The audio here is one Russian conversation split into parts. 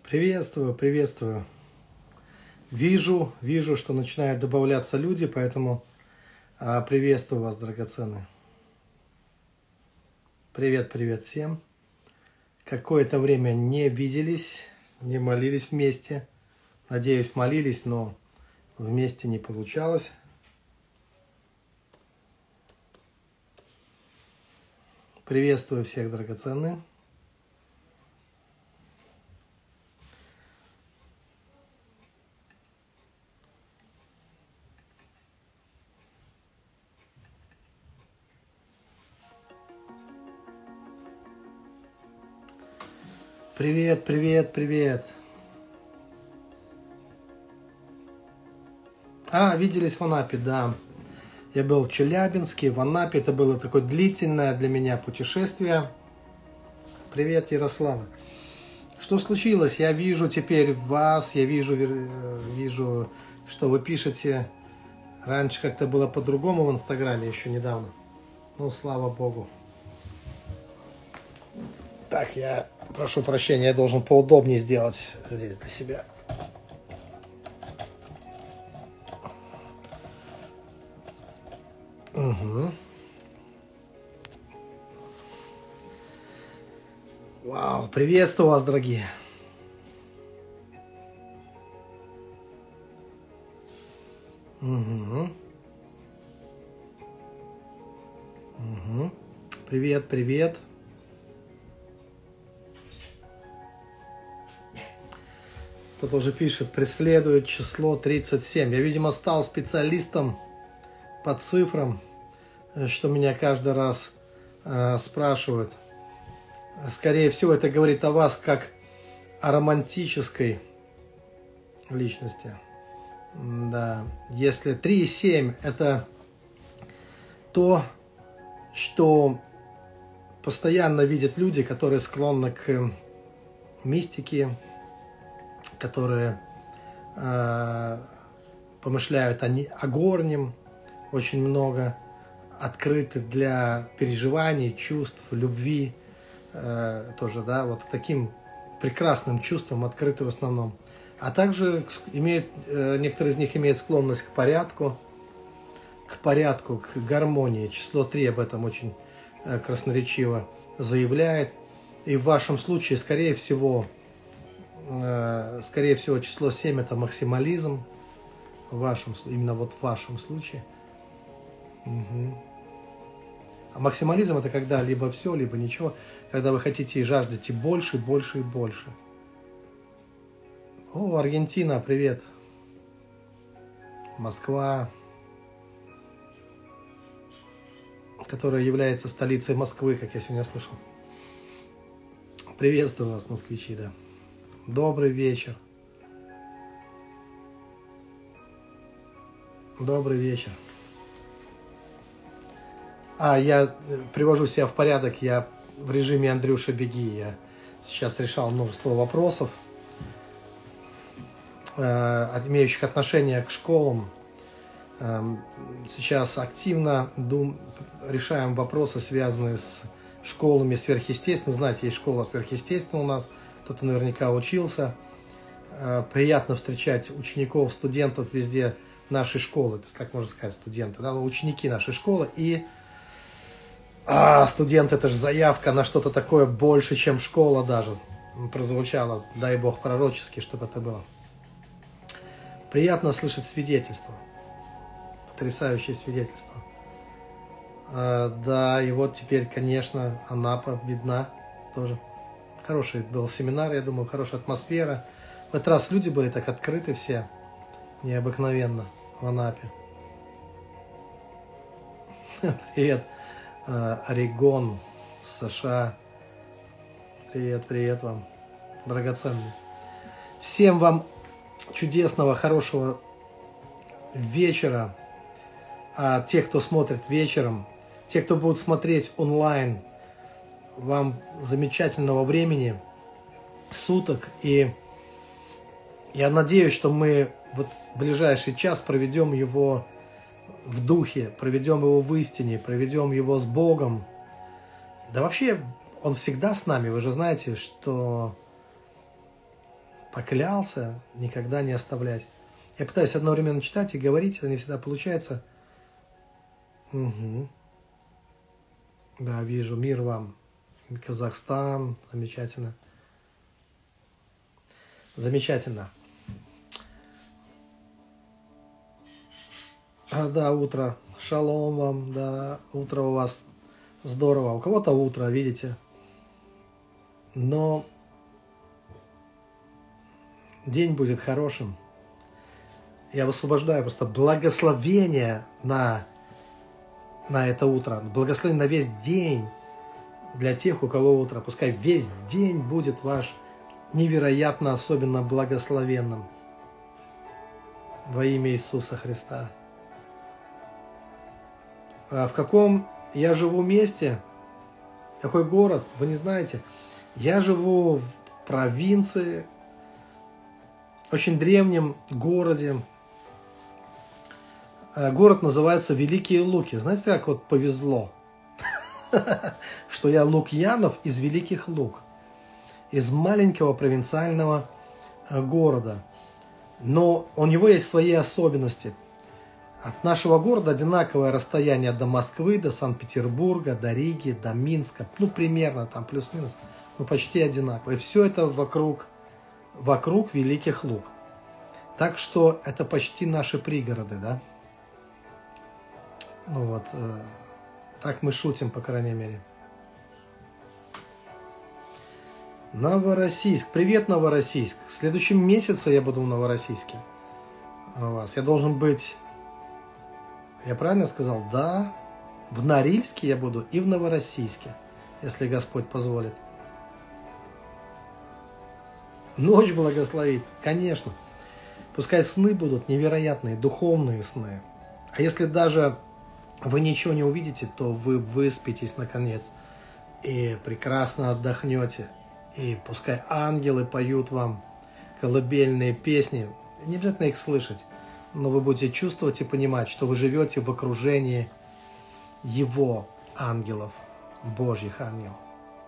Приветствую, приветствую. Вижу, что начинают добавляться люди, поэтому приветствую вас, драгоценные. Привет, привет всем. Какое-то время не виделись, не молились вместе. Надеюсь, молились, но вместе не получалось. Приветствую всех, драгоценные. Привет, привет, привет. Виделись в Анапе, да. Я был в Челябинске, в Анапе. Это было такое длительное для меня путешествие. Привет, Ярослава. Что случилось? Я вижу теперь вас, я вижу, что вы пишете. Раньше как-то было по-другому в Инстаграме, еще недавно. Ну, слава Богу. Так, я прошу прощения, я должен поудобнее сделать здесь для себя. Угу. Вау, приветствую вас, дорогие. Угу. Угу. Привет, привет. Кто-то уже пишет, преследует число 37. Я, видимо, стал специалистом по цифрам, что меня каждый раз спрашивают. Скорее всего, это говорит о вас как о романтической личности. Да. Если 3,7 это то, что постоянно видят люди, которые склонны к мистике, которые помышляют о горнем, очень много, открыты для переживаний, чувств, любви, тоже, да, вот к таким прекрасным чувствам открыты в основном. А также некоторые из них имеют склонность к порядку, к гармонии. Число 3 об этом очень красноречиво заявляет. И в вашем случае, скорее всего, число 7 это максимализм. Именно вот в вашем случае. Угу. А максимализм это когда либо все, либо ничего. Когда вы хотите и жаждете больше, больше и больше. О, Аргентина, привет. Москва, которая является столицей Москвы, как я сегодня слышал. Приветствую вас, москвичи, да. Добрый вечер. Добрый вечер. Я привожу себя в порядок, я в режиме Андрюша беги. Я сейчас решал множество вопросов, имеющих отношение к школам. Сейчас активно решаем вопросы, связанные с школами сверхъестественного. Знаете, есть школа сверхъестественного у нас, кто-то наверняка учился. Приятно встречать учеников, студентов везде нашей школы, если так можно сказать, студенты, да, ученики нашей школы. И студент, это же заявка на что-то такое больше, чем школа даже прозвучало, дай бог пророчески, чтобы это было. Приятно слышать свидетельства, потрясающее свидетельство. Да, и вот теперь, конечно, Анапа видна тоже. Хороший был семинар, я думаю, хорошая атмосфера. В этот раз люди были так открыты все, необыкновенно в Анапе. Привет. Орегон, США. Привет, привет вам, драгоценные. Всем вам чудесного, хорошего вечера. А те, кто смотрит вечером, те, кто будут смотреть онлайн, вам замечательного времени, суток. И я надеюсь, что мы вот ближайший час проведем его в духе, проведем его в истине, проведем его с Богом. Да вообще, Он всегда с нами. Вы же знаете, что поклялся никогда не оставлять. Я пытаюсь одновременно читать и говорить, это не всегда получается. Угу. Да, вижу, мир вам. Казахстан, замечательно. Замечательно. Да, утро. Шалом вам, да, утро у вас здорово. У кого-то утро, видите. Но день будет хорошим. Я высвобождаю просто благословение на это утро. Благословение на весь день для тех, у кого утро. Пускай весь день будет ваш невероятно особенно благословенным. Во имя Иисуса Христа. В каком я живу месте, какой город, вы не знаете. Я живу в провинции, очень древнем городе. Город называется Великие Луки. Знаете, как вот повезло, что я Лукьянов из Великих Лук, из маленького провинциального города. Но у него есть свои особенности. От нашего города одинаковое расстояние до Москвы, до Санкт-Петербурга, до Риги, до Минска. Ну, примерно там плюс-минус. Ну, почти одинаково. И все это вокруг Великих Луг. Так что это почти наши пригороды, да? Ну вот, так мы шутим, по крайней мере. Новороссийск. Привет, Новороссийск. В следующем месяце я буду в Новороссийске. У вас. Я должен быть... Я правильно сказал? Да. В Норильске я буду и в Новороссийске, если Господь позволит. Ночь благословит, конечно. Пускай сны будут невероятные, духовные сны. А если даже вы ничего не увидите, то вы выспитесь наконец и прекрасно отдохнете. И пускай ангелы поют вам колыбельные песни. Не обязательно их слышать, но вы будете чувствовать и понимать, что вы живете в окружении Его ангелов, Божьих ангелов.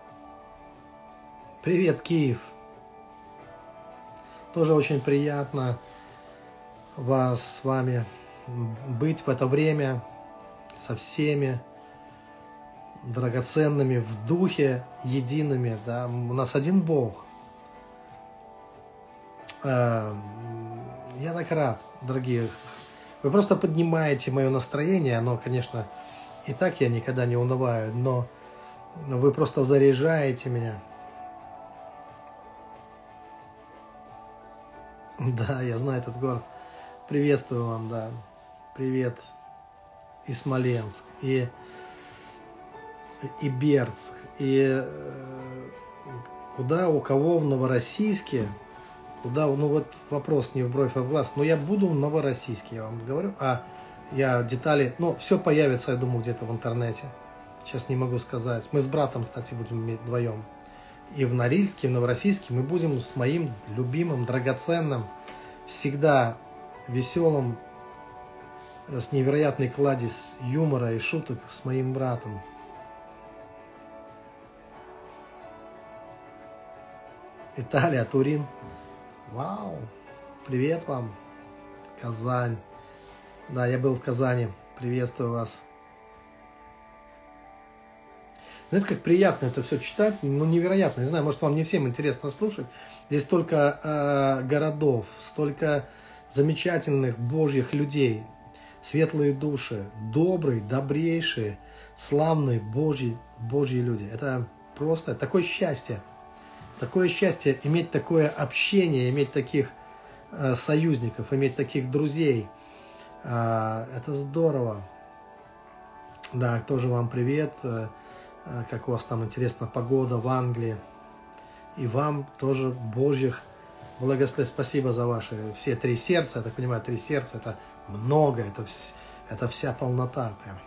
Привет, Киев! Тоже очень приятно с вами быть в это время со всеми драгоценными в духе, едиными. Да? У нас один Бог. Я так рад, дорогие. Вы просто поднимаете мое настроение. Оно, конечно, и так я никогда не унываю, но вы просто заряжаете меня. Да, я знаю этот город. Приветствую вам, да. Привет. И Смоленск, и Бердск, и куда, у кого в Новороссийске, куда, ну вот вопрос не в бровь, а в глаз, но я буду в Новороссийске, я вам говорю, а я детали, ну, все появится, я думаю, где-то в интернете, сейчас не могу сказать, мы с братом, кстати, будем вдвоем, и в Норильске, и в Новороссийске мы будем с моим любимым, драгоценным, всегда веселым, с невероятной кладезь юмора и шуток с моим братом. Италия, Турин. Вау! Привет вам! Казань. Да, я был в Казани. Приветствую вас. Знаете, как приятно это все читать? Ну, невероятно. Не знаю, может, вам не всем интересно слушать. Здесь столько городов, столько замечательных Божьих людей. Светлые души, добрые, добрейшие, славные Божьи люди. Это просто такое счастье иметь такое общение, иметь таких союзников, иметь таких друзей. Это здорово. Да, тоже вам привет. Как у вас там интересно погода в Англии. И вам тоже Божьих благословений. Спасибо за ваши все 3 сердца. Я так понимаю, 3 сердца это много, это вся полнота прям.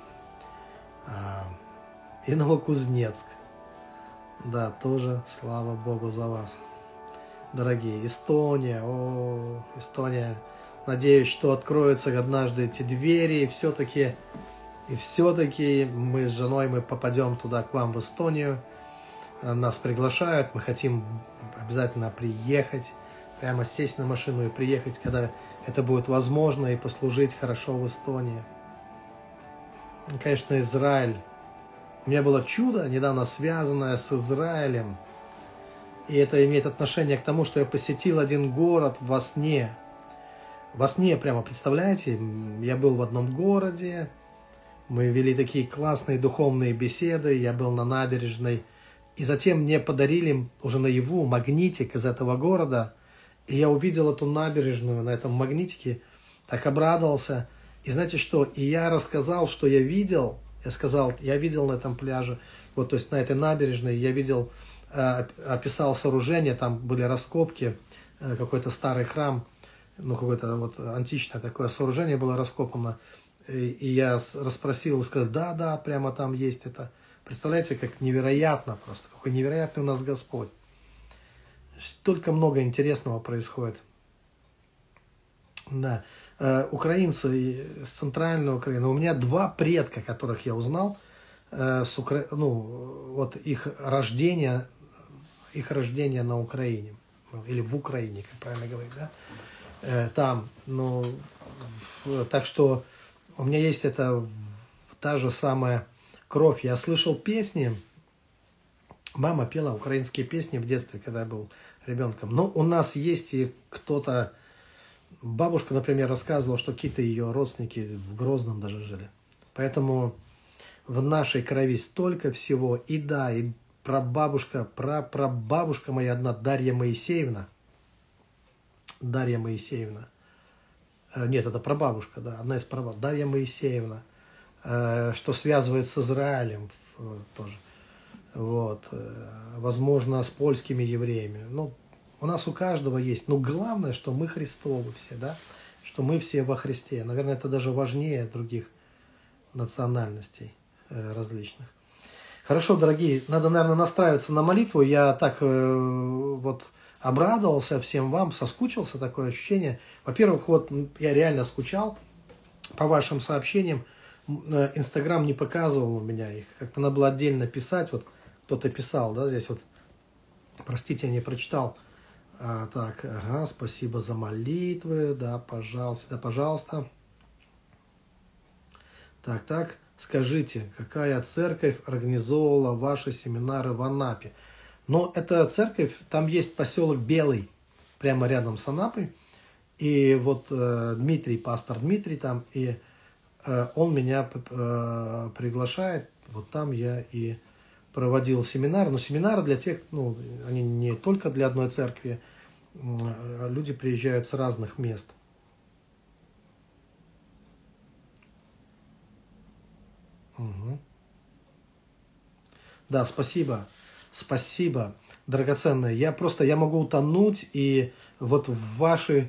И Новокузнецк. Да, тоже слава Богу за вас, дорогие. Эстония, Эстония. Надеюсь, что откроются однажды эти двери, и все-таки мы с женой попадем туда, к вам в Эстонию. Нас приглашают, мы хотим обязательно приехать, прямо сесть на машину и приехать, когда это будет возможно, и послужить хорошо в Эстонии. И, конечно, Израиль. У меня было чудо, недавно связанное с Израилем. И это имеет отношение к тому, что я посетил один город во сне. Во сне, прямо представляете, я был в одном городе, мы вели такие классные духовные беседы, я был на набережной. И затем мне подарили уже наяву магнитик из этого города. И я увидел эту набережную на этом магнитике, так обрадовался. И знаете что? И я рассказал, что я видел. Я сказал, я видел на этом пляже, вот, то есть на этой набережной, я видел, описал сооружение, там были раскопки, какой-то старый храм, ну, какое-то вот античное такое сооружение было раскопано. И я расспросил и сказал, да, прямо там есть это. Представляете, как невероятно просто, какой невероятный у нас Господь. Столько много интересного происходит. Да. Украинцы с центральной Украины. У меня два предка, которых я узнал, вот их рождение на Украине. Или в Украине, как правильно говорить, да? Там, так что у меня есть та же самая кровь. Я слышал песни, мама пела украинские песни в детстве, когда я был ребенком. Но у нас есть и кто-то, бабушка, например, рассказывала, что какие-то ее родственники в Грозном даже жили. Поэтому в нашей крови столько всего. И да, и прабабушка моя одна, Дарья Моисеевна. Нет, это прабабушка, да, одна из прабабушек. Дарья Моисеевна, что связывает с Израилем тоже. Вот. Возможно, с польскими евреями. У нас у каждого есть. Но главное, что мы Христовы все, да? Что мы все во Христе. Наверное, это даже важнее других национальностей различных. Хорошо, дорогие, надо, наверное, настраиваться на молитву. Я так вот обрадовался всем вам, соскучился, такое ощущение. Во-первых, вот я реально скучал по вашим сообщениям. Инстаграм не показывал у меня их. Как-то надо было отдельно писать. Вот кто-то писал, да, здесь вот. Простите, я не прочитал. Так, ага, спасибо за молитвы. Да, пожалуйста. Так. Скажите, какая церковь организовывала ваши семинары в Анапе? Но эта церковь, там есть поселок Белый, прямо рядом с Анапой. И вот пастор Дмитрий там, и он меня приглашает. Вот там я и проводил семинар. Но семинары для тех, они не только для одной церкви. Люди приезжают с разных мест. Угу. Да, спасибо, драгоценная. Я могу утонуть и вот в вашей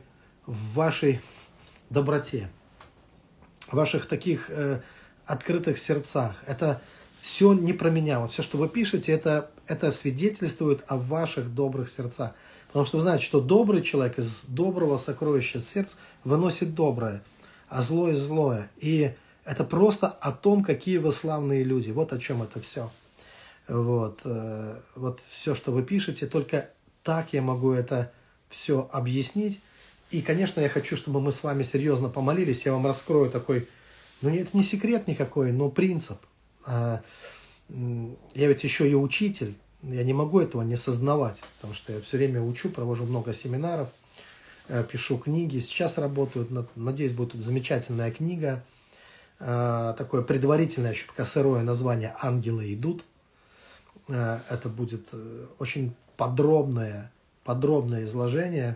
доброте, в ваших таких открытых сердцах. Это все не про меня. Вот все, что вы пишете, это свидетельствует о ваших добрых сердцах. Потому что вы знаете, что добрый человек из доброго сокровища сердца выносит доброе, а злое злое. И это просто о том, какие вы славные люди. Вот о чем это все. Вот все, что вы пишете, только так я могу это все объяснить. И, конечно, я хочу, чтобы мы с вами серьезно помолились. Я вам раскрою такой, это не секрет никакой, но принцип. Я ведь еще и учитель. Я не могу этого не сознавать, потому что я все время учу, провожу много семинаров, пишу книги. Сейчас работаю, надеюсь, будет замечательная книга. Такое предварительное, еще пока сырое название «Ангелы идут». Это будет очень подробное изложение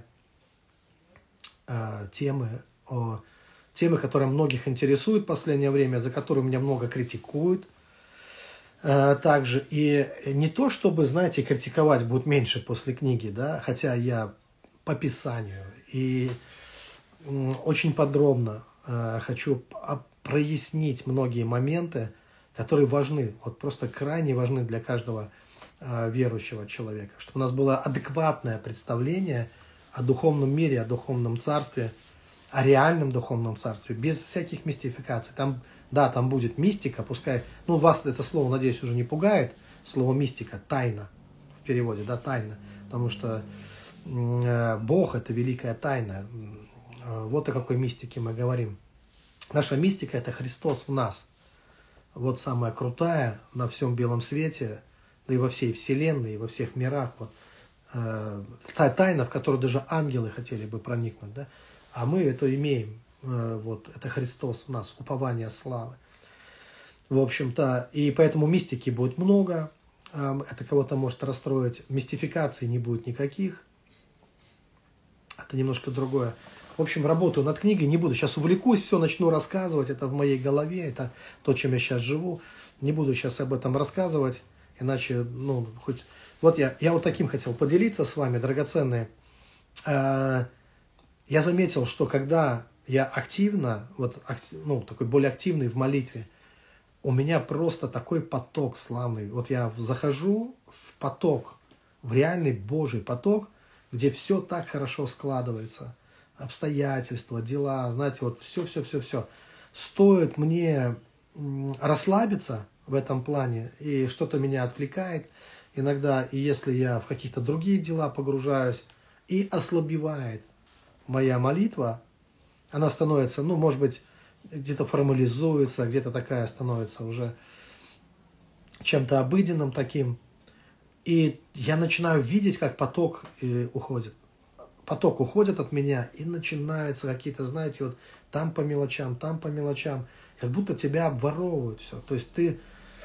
темы, которая многих интересует в последнее время, за которую меня много критикуют. Также и не то, чтобы, знаете, критиковать будет меньше после книги, да, хотя я по писанию и очень подробно хочу прояснить многие моменты, которые важны, вот просто крайне важны для каждого верующего человека, чтобы у нас было адекватное представление о духовном мире, о духовном царстве, о реальном духовном царстве, без всяких мистификаций. Там будет мистика, пускай, вас это слово, надеюсь, уже не пугает, слово мистика, тайна в переводе, да, тайна, потому что Бог – это великая тайна. Вот о какой мистике мы говорим. Наша мистика – это Христос в нас. Вот самая крутая на всем белом свете, да и во всей вселенной, и во всех мирах. Вот, та тайна, в которую даже ангелы хотели бы проникнуть. Да? А мы это имеем. Вот, это Христос в нас, упование славы. В общем-то, и поэтому мистики будет много. Это кого-то может расстроить. Мистификаций не будет никаких. Это немножко другое. В общем, работаю над книгой, не буду. Сейчас увлекусь, все начну рассказывать. Это в моей голове, это то, чем я сейчас живу. Не буду сейчас об этом рассказывать, иначе, ну, хоть... Вот я вот таким хотел поделиться с вами, драгоценные. Я заметил, что когда я активно, ну, такой более активный в молитве, у меня просто такой поток славный. Вот я захожу в поток, в реальный Божий поток, где все так хорошо складывается. Обстоятельства, дела, знаете, вот все. Стоит мне расслабиться в этом плане, и что-то меня отвлекает иногда, и если я в каких-то другие дела погружаюсь, и ослабевает моя молитва, она становится, ну, может быть, где-то формализуется, где-то такая становится уже чем-то обыденным таким, и я начинаю видеть, как поток уходит. Поток уходит от меня, и начинаются какие-то, знаете, вот там по мелочам, как будто тебя обворовывают все. То есть ты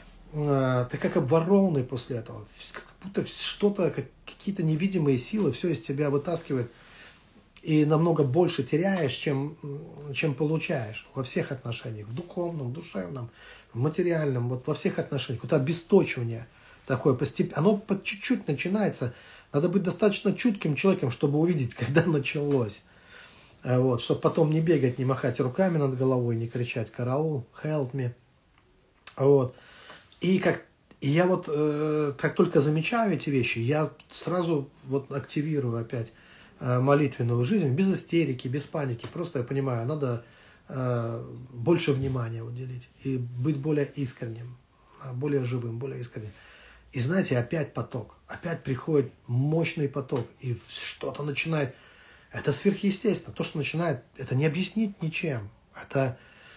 как обворованный после этого. Как будто что-то, какие-то невидимые силы все из тебя вытаскивают. И намного больше теряешь, чем получаешь во всех отношениях. В духовном, в душевном, в материальном, вот во всех отношениях. Вот обесточивание такое постепенно. Оно по чуть-чуть начинается. Надо быть достаточно чутким человеком, чтобы увидеть, когда началось. Вот, чтобы потом не бегать, не махать руками над головой, не кричать «караул», «help me». Вот. И я вот, как только замечаю эти вещи, я сразу вот активирую опять молитвенную жизнь, без истерики, без паники. Просто я понимаю, надо больше внимания уделить и быть более искренним, более живым, более искренним. И знаете, опять поток, опять приходит мощный поток, и что-то начинает, это сверхъестественно, то, что начинает, это не объяснить ничем, это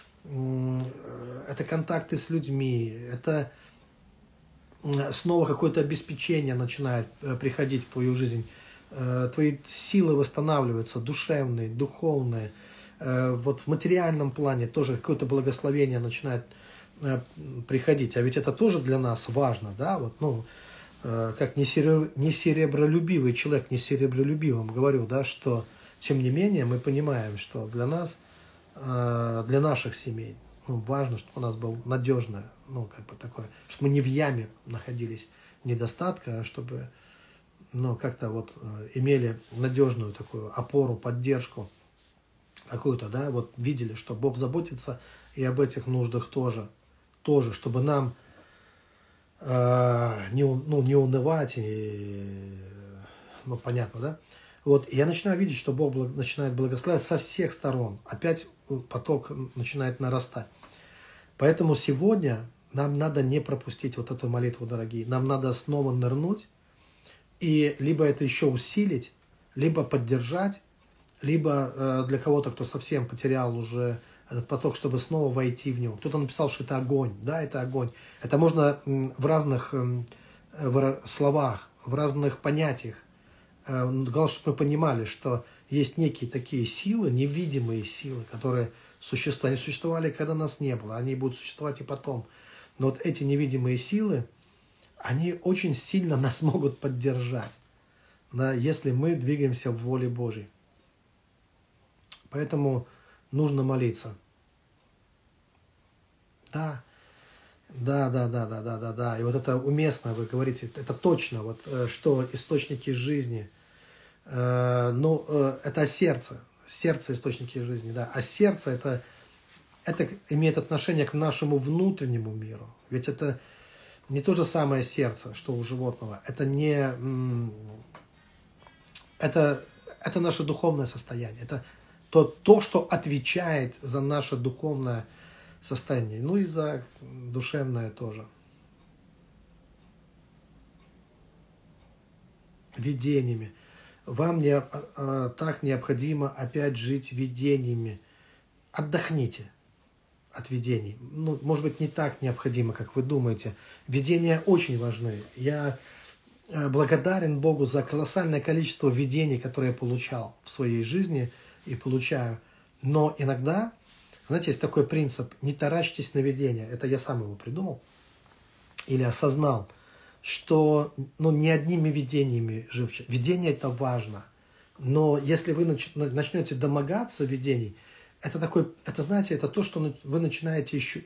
контакты с людьми, это снова какое-то обеспечение начинает приходить в твою жизнь, твои силы восстанавливаются, душевные, духовные, вот в материальном плане тоже какое-то благословение начинает приходить, а ведь это тоже для нас важно, да, вот, ну, как не серебролюбивый человек, не серебролюбивым говорю, да, что, тем не менее, мы понимаем, что для нас, для наших семей, ну, важно, чтобы у нас был надежное, ну, как бы такое, чтобы мы не в яме находились недостатка, а чтобы, ну, как-то вот имели надежную такую опору, поддержку какую-то, да, вот видели, что Бог заботится и об этих нуждах тоже, чтобы нам не унывать, ну, понятно, да? Вот, и я начинаю видеть, что Бог начинает благословлять со всех сторон. Опять поток начинает нарастать. Поэтому сегодня нам надо не пропустить вот эту молитву, дорогие. Нам надо снова нырнуть и либо это еще усилить, либо поддержать, либо для кого-то, кто совсем потерял уже этот поток, чтобы снова войти в него. Кто-то написал, что это огонь. Да, это огонь. Это можно в разных словах, в разных понятиях. Главное, чтобы мы понимали, что есть некие такие силы, невидимые силы, которые существуют. Они существовали, когда нас не было. Они будут существовать и потом. Но вот эти невидимые силы, они очень сильно нас могут поддержать, да, если мы двигаемся в воле Божьей. Поэтому нужно молиться. Да. И вот это уместно, вы говорите, это точно, вот что источники жизни. Это сердце. Сердце источники жизни, да. А сердце это имеет отношение к нашему внутреннему миру. Ведь это не то же самое сердце, что у животного. Это не... Это наше духовное состояние. Это то, что отвечает за наше духовное состояние. Ну и за душевное тоже. Видениями. вам так необходимо опять жить видениями. Отдохните от видений. Ну, может быть, не так необходимо, как вы думаете. Видения очень важны. Я благодарен Богу за колоссальное количество видений, которые я получал в своей жизни и получаю. Но иногда, знаете, есть такой принцип: не таращьтесь на видения. Это я сам его придумал или осознал, что не одними видениями жив. Видение – это важно. Но если вы начнете домогаться видений, это, знаете, это то, что вы начинаете еще,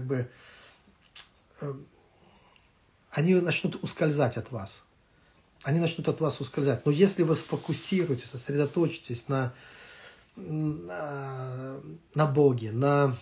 они начнут ускользать от вас. Они начнут от вас ускользать. Но если вы сфокусируетесь, сосредоточитесь на Боге,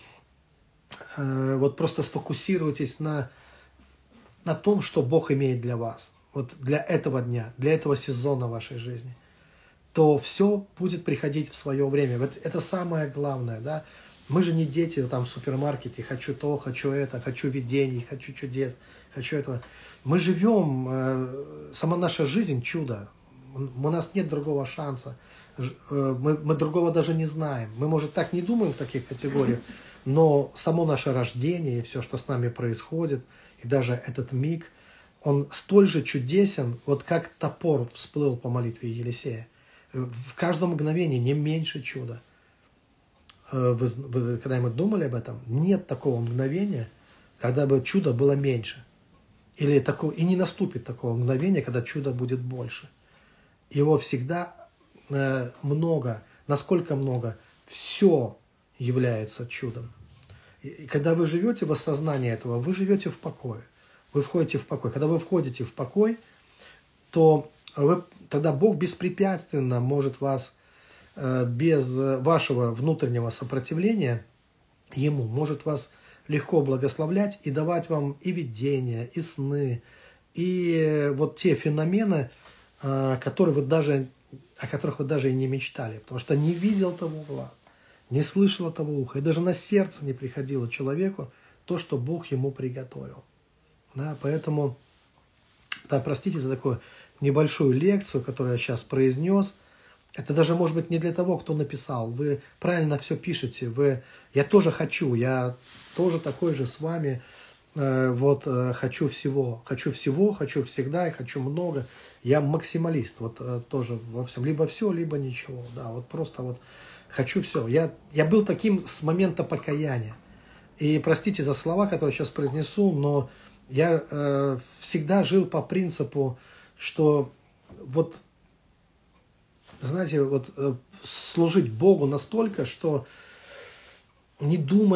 вот просто сфокусируйтесь на том, что Бог имеет для вас, вот для этого дня, для этого сезона вашей жизни, то все будет приходить в свое время. Вот это самое главное, да. Мы же не дети там в супермаркете: хочу то, хочу это, хочу видений, хочу чудес, хочу этого. Мы живем, сама наша жизнь – чудо. У нас нет другого шанса. Мы другого даже не знаем. Мы, может, так не думаем в таких категориях, но само наше рождение и все, что с нами происходит, и даже этот миг, он столь же чудесен, вот как топор всплыл по молитве Елисея. В каждом мгновении не меньше чуда. Когда мы думали об этом, нет такого мгновения, когда бы чудо было меньше. И не наступит такого мгновения, когда чудо будет больше. Его всегда много. Насколько много? Все является чудом. И когда вы живете в осознании этого, вы живете в покое. Вы входите в покой. Когда вы входите в покой, то тогда Бог беспрепятственно может вас, без вашего внутреннего сопротивления Ему, может вас легко благословлять и давать вам и видения, и сны, и вот те феномены, о которых вы даже и не мечтали. Потому что не видел того глаз, не слышало того уха, и даже на сердце не приходило человеку то, что Бог ему приготовил. Да, поэтому, простите за такую небольшую лекцию, которую я сейчас произнес. Это даже, может быть, не для того, кто написал. Вы правильно все пишете. Я тоже хочу, я тоже такой же с вами. Хочу всего. Хочу всегда и хочу много. Я максималист. Тоже во всем. Либо все, либо ничего. Да, просто хочу все. Я был таким с момента покаяния. И простите за слова, которые сейчас произнесу, но я всегда жил по принципу, что знаете, служить Богу настолько, что не думал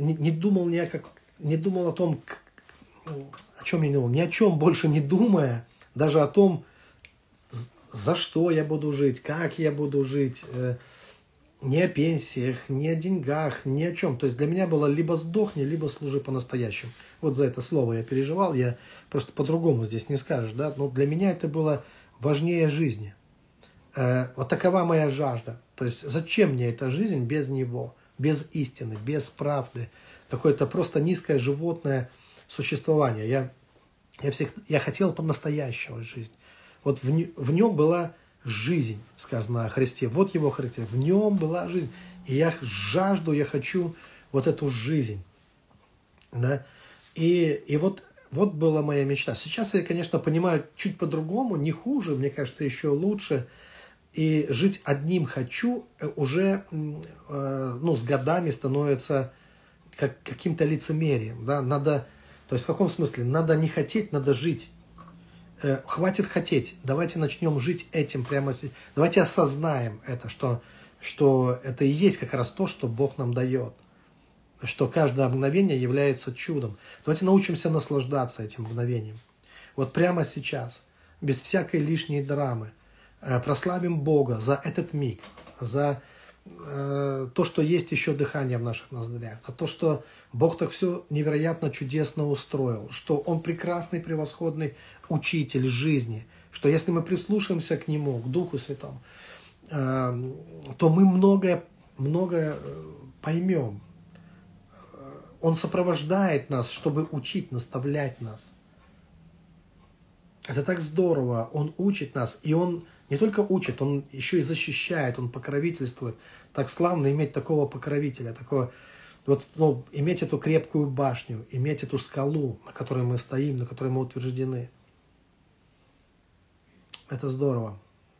о том, о чем я не думал, ни о чем больше не думая, даже о том, за что я буду жить, как я буду жить, ни о пенсиях, ни о деньгах, ни о чем. То есть для меня было либо сдохни, либо служи по-настоящему. Вот за это слово я переживал, я просто по-другому здесь не скажешь, да, но для меня это было важнее жизни. Вот такова моя жажда. То есть зачем мне эта жизнь без Него, без истины, без правды? Какое-то просто низкое животное существование. Я хотел по-настоящему жизнь. Вот в нем была жизнь, сказано о Христе. Вот Его характер. В нем была жизнь. И я хочу вот эту жизнь. Да? И вот была моя мечта. Сейчас я, конечно, понимаю чуть по-другому, не хуже, мне кажется, еще лучше. И жить одним хочу уже с годами становится каким-то лицемерием. Да? То есть в каком смысле? Надо не хотеть, надо жить. Хватит хотеть. Давайте начнем жить этим прямо сейчас. Давайте осознаем это, что это и есть как раз то, что Бог нам дает. Что каждое мгновение является чудом. Давайте научимся наслаждаться этим мгновением. Вот прямо сейчас, без всякой лишней драмы. Прославим Бога за этот миг, за то, что есть еще дыхание в наших ноздрях, за то, что Бог так все невероятно чудесно устроил, что Он прекрасный, превосходный учитель жизни, что если мы прислушаемся к Нему, к Духу Святому, то мы многое поймем. Он сопровождает нас, чтобы учить, наставлять нас. Это так здорово. Он учит нас, и Он не только учит, Он еще и защищает, Он покровительствует. Так славно иметь такого покровителя, такого, вот, ну, иметь эту крепкую башню, иметь эту скалу, на которой мы стоим, на которой мы утверждены. Это здорово.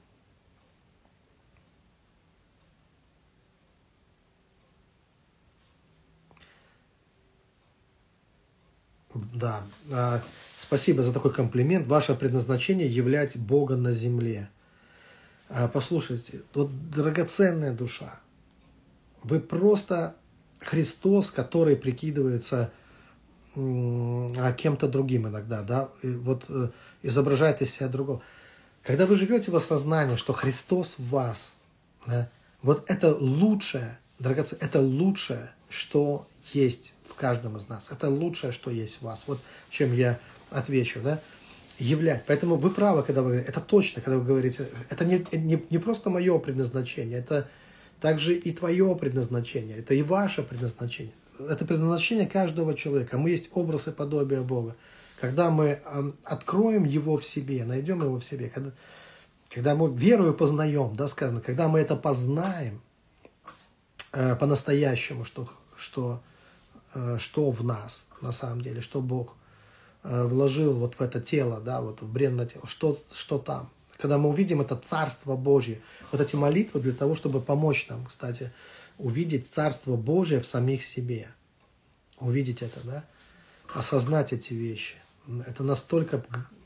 Да. Спасибо за такой комплимент. Ваше предназначение — являть Бога на земле. Послушайте, вот драгоценная душа. Вы просто Христос, который прикидывается кем-то другим иногда, да, и вот изображает из себя другого. Когда вы живете в осознании, что Христос в вас, да, вот это лучшее, драгоценное, это лучшее, что есть в каждом из нас. Это лучшее, что есть в вас. Вот чем я отвечу, да, являть. Поэтому вы правы, когда вы говорите, это точно, когда вы говорите, это не просто мое предназначение, это также и твое предназначение, это и ваше предназначение. Это предназначение каждого человека. Мы есть образ и подобие Бога. Когда мы откроем Его в себе, найдем Его в себе, когда мы верою познаем, да, сказано, когда мы это познаем по-настоящему, что в нас на самом деле, что Бог вложил вот в это тело, да, вот в бренное тело, что там. Когда мы увидим это Царство Божье, вот эти молитвы для того, чтобы помочь нам, кстати, увидеть Царство Божье в самих себе. Увидеть это, да? Осознать эти вещи. Это настолько...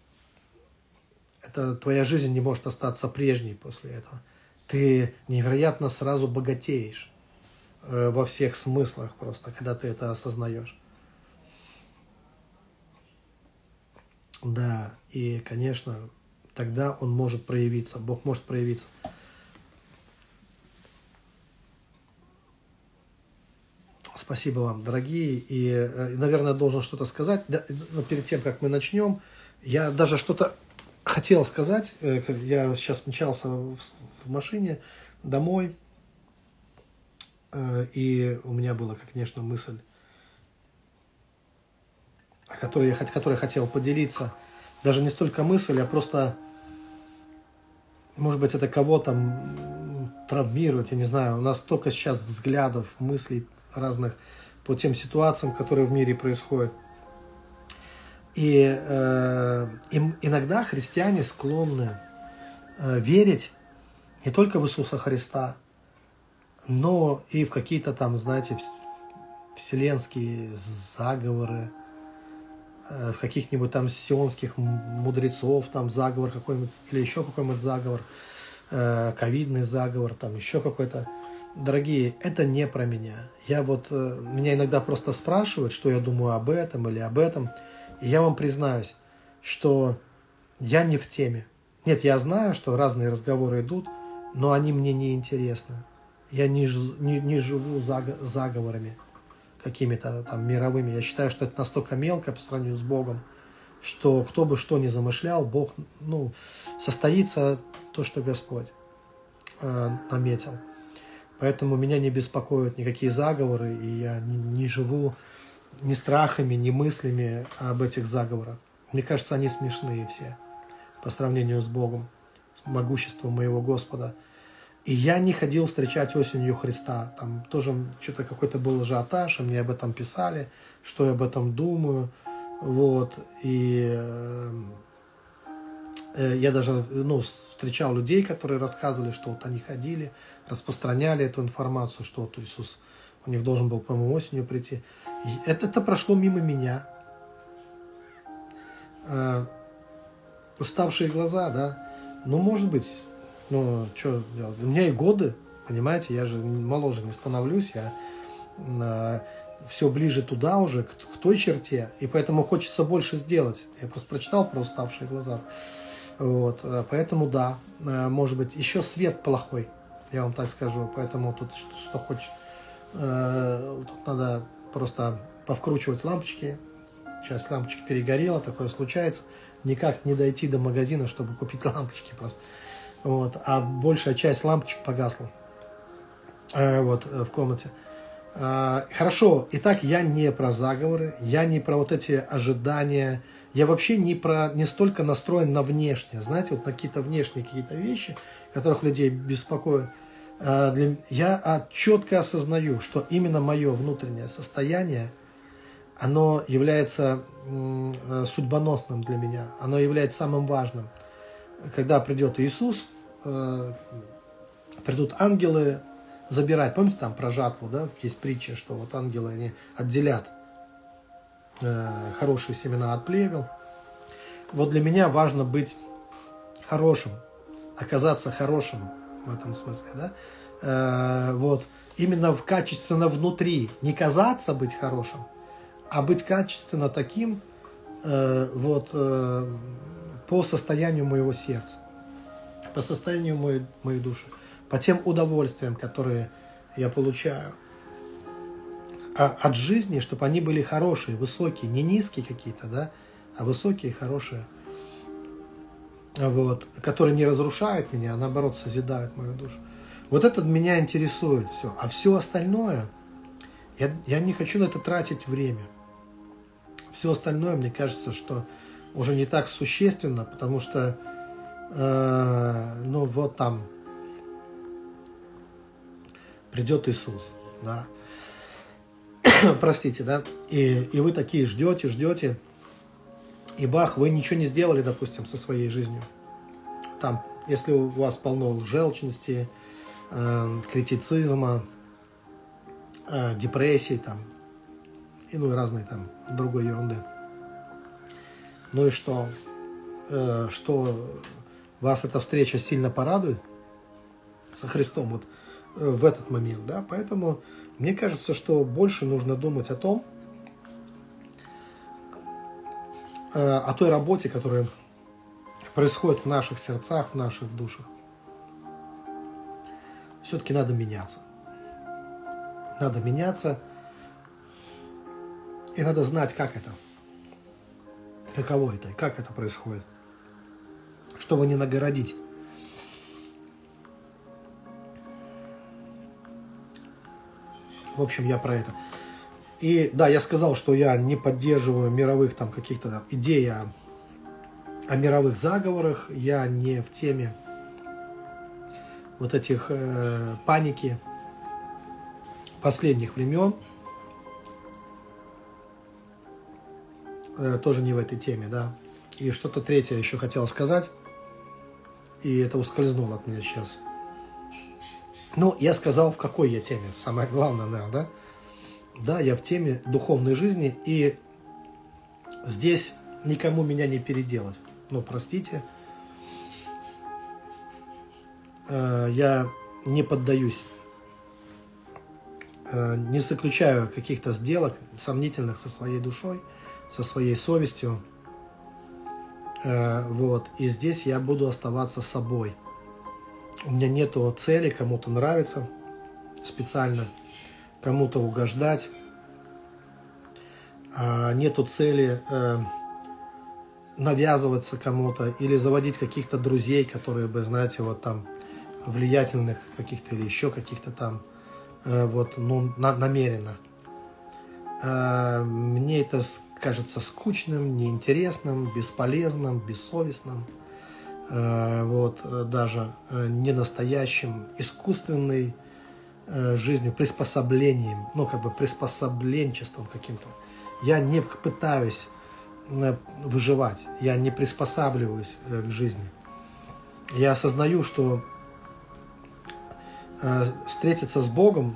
Твоя жизнь не может остаться прежней после этого. Ты невероятно сразу богатеешь во всех смыслах просто, когда ты это осознаешь. Да, и, конечно, тогда Он может проявиться, Бог может проявиться. Спасибо вам, дорогие. И, наверное, должен что-то сказать. Но перед тем, как мы начнем, я даже что-то хотел сказать. Я сейчас мчался в машине домой. И у меня была, конечно, мысль, о которой я хотел поделиться. Даже не столько мысль, а просто, может быть, это кого-то травмирует. Я не знаю. У нас столько сейчас взглядов, мыслей разных по тем ситуациям, которые в мире происходят. И иногда христиане склонны верить не только в Иисуса Христа, но и в какие-то там, знаете, вселенские заговоры, в каких-нибудь там сионских мудрецов, там заговор какой-нибудь, или еще какой-нибудь заговор, ковидный заговор, там еще какой-то. Дорогие, это не про меня. Меня иногда просто спрашивают, что я думаю об этом или об этом. И я вам признаюсь, что я не в теме. Нет, я знаю, что разные разговоры идут, но они мне не интересны. Я не живу заговорами какими-то там мировыми. Я считаю, что это настолько мелко по сравнению с Богом, что кто бы что ни замышлял, Бог, состоится то, что Господь наметил. Поэтому меня не беспокоят никакие заговоры, и я не живу ни страхами, ни мыслями об этих заговорах. Мне кажется, они смешные все по сравнению с Богом, с могуществом моего Господа. И я не ходил встречать осенью Христа. Там тоже что-то какой-то был ажиотаж, и мне об этом писали, что я об этом думаю. Вот. И я даже встречал людей, которые рассказывали, что вот они ходили, распространяли эту информацию, что вот Иисус у них должен был, по-моему, осенью прийти. И это прошло мимо меня. Уставшие глаза, да. Может быть, что делать? У меня и годы, понимаете, я же моложе не становлюсь, я все ближе туда уже, к той черте, и поэтому хочется больше сделать. Я просто прочитал про уставшие глаза. Вот, поэтому да, может быть, еще свет плохой, я вам так скажу, поэтому тут что хочешь. Тут надо просто повкручивать лампочки. Часть лампочек перегорела, такое случается. Никак не дойти до магазина, чтобы купить лампочки просто. Вот, а большая часть лампочек погасла в комнате. Хорошо, итак, я не про заговоры, я не про вот эти ожидания Я вообще не столько настроен на внешнее, знаете, вот на какие-то внешние какие-то вещи, которых людей беспокоят. Я четко осознаю, что именно мое внутреннее состояние, оно является судьбоносным для меня, оно является самым важным. Когда придет Иисус, придут ангелы забирать. Помните, там про жатву, да, есть притча, что вот ангелы, они отделят хорошие семена от плевел. Вот для меня важно быть хорошим, оказаться хорошим в этом смысле, да. Вот именно качественно внутри, не казаться быть хорошим, а быть качественно таким по состоянию моего сердца, по состоянию моей души, по тем удовольствиям, которые я получаю от жизни, чтобы они были хорошие, высокие, не низкие какие-то, да, а высокие, хорошие, вот, которые не разрушают меня, а наоборот созидают мою душу. Вот это меня интересует все. А все остальное, я не хочу на это тратить время. Все остальное, мне кажется, что уже не так существенно, потому что, вот там придет Иисус, да. Простите, да, и вы такие ждете, и бах, вы ничего не сделали, допустим, со своей жизнью. Там, если у вас полно желчности, критицизма, депрессии, там, и разной там другой ерунды. Ну и что? Что вас эта встреча сильно порадует со Христом вот в этот момент, да? Поэтому мне кажется, что больше нужно думать о той работе, которая происходит в наших сердцах, в наших душах. Все-таки надо меняться. Надо меняться. И надо знать, как это. Каково это, и как это происходит. Чтобы не нагородить. В общем, я про это. И да, я сказал, что я не поддерживаю мировых там каких-то идей о мировых заговорах. Я не в теме вот этих паники последних времен. Тоже не в этой теме, да. И что-то третье еще хотел сказать. И это ускользнуло от меня сейчас. Ну, я сказал, в какой я теме. Самое главное, наверное, да. Да, я в теме духовной жизни. И здесь никому меня не переделать. Ну, простите. Я не поддаюсь. Не заключаю каких-то сделок сомнительных со своей душой, со своей совестью. Вот. И здесь я буду оставаться собой. У меня нету цели кому-то нравиться специально, кому-то угождать. Нету цели навязываться кому-то или заводить каких-то друзей, которые бы, знаете, вот там влиятельных каких-то или еще каких-то там намеренно. Мне это кажется скучным, неинтересным, бесполезным, бессовестным, даже ненастоящим, искусственной жизнью, приспособлением, приспособленчеством каким-то. Я не пытаюсь выживать, я не приспосабливаюсь к жизни. Я осознаю, что встретиться с Богом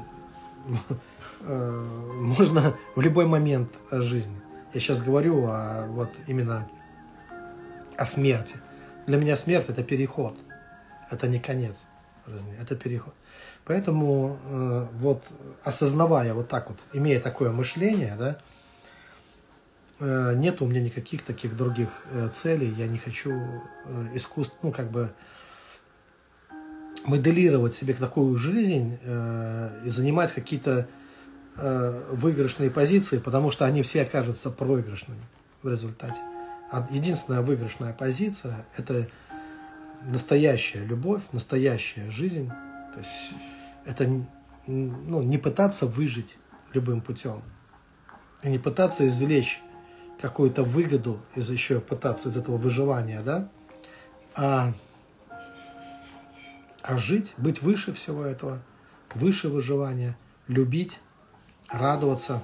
можно в любой момент жизни. Я сейчас говорю именно о смерти. Для меня смерть – это переход. Это не конец жизни, это переход. Поэтому осознавая вот так вот, имея такое мышление, да, нет у меня никаких таких других целей. Я не хочу моделировать себе такую жизнь и занимать какие-то выигрышные позиции, потому что они все окажутся проигрышными в результате. А единственная выигрышная позиция – это настоящая любовь, настоящая жизнь. То есть это не пытаться выжить любым путем, и не пытаться извлечь какую-то выгоду, еще пытаться из этого выживания, да, а жить, быть выше всего этого, выше выживания, любить, радоваться,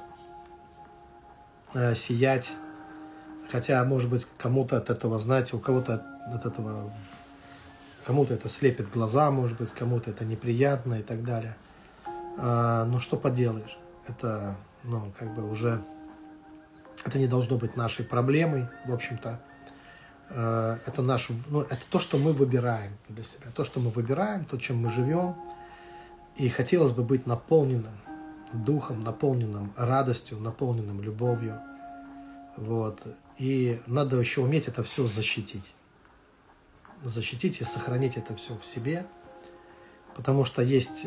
сиять. Хотя, может быть, кому-то от этого, знаете, у кого-то от этого, кому-то это слепит глаза, может быть, кому-то это неприятно и так далее. Но что поделаешь, это, как бы уже, это не должно быть нашей проблемой, в общем-то. Это это то, что мы выбираем для себя, то, что мы выбираем, то, чем мы живем. И хотелось бы быть наполненным духом, наполненным радостью, наполненным любовью. Вот. И надо еще уметь это все защитить. Защитить и сохранить это все в себе. Потому что есть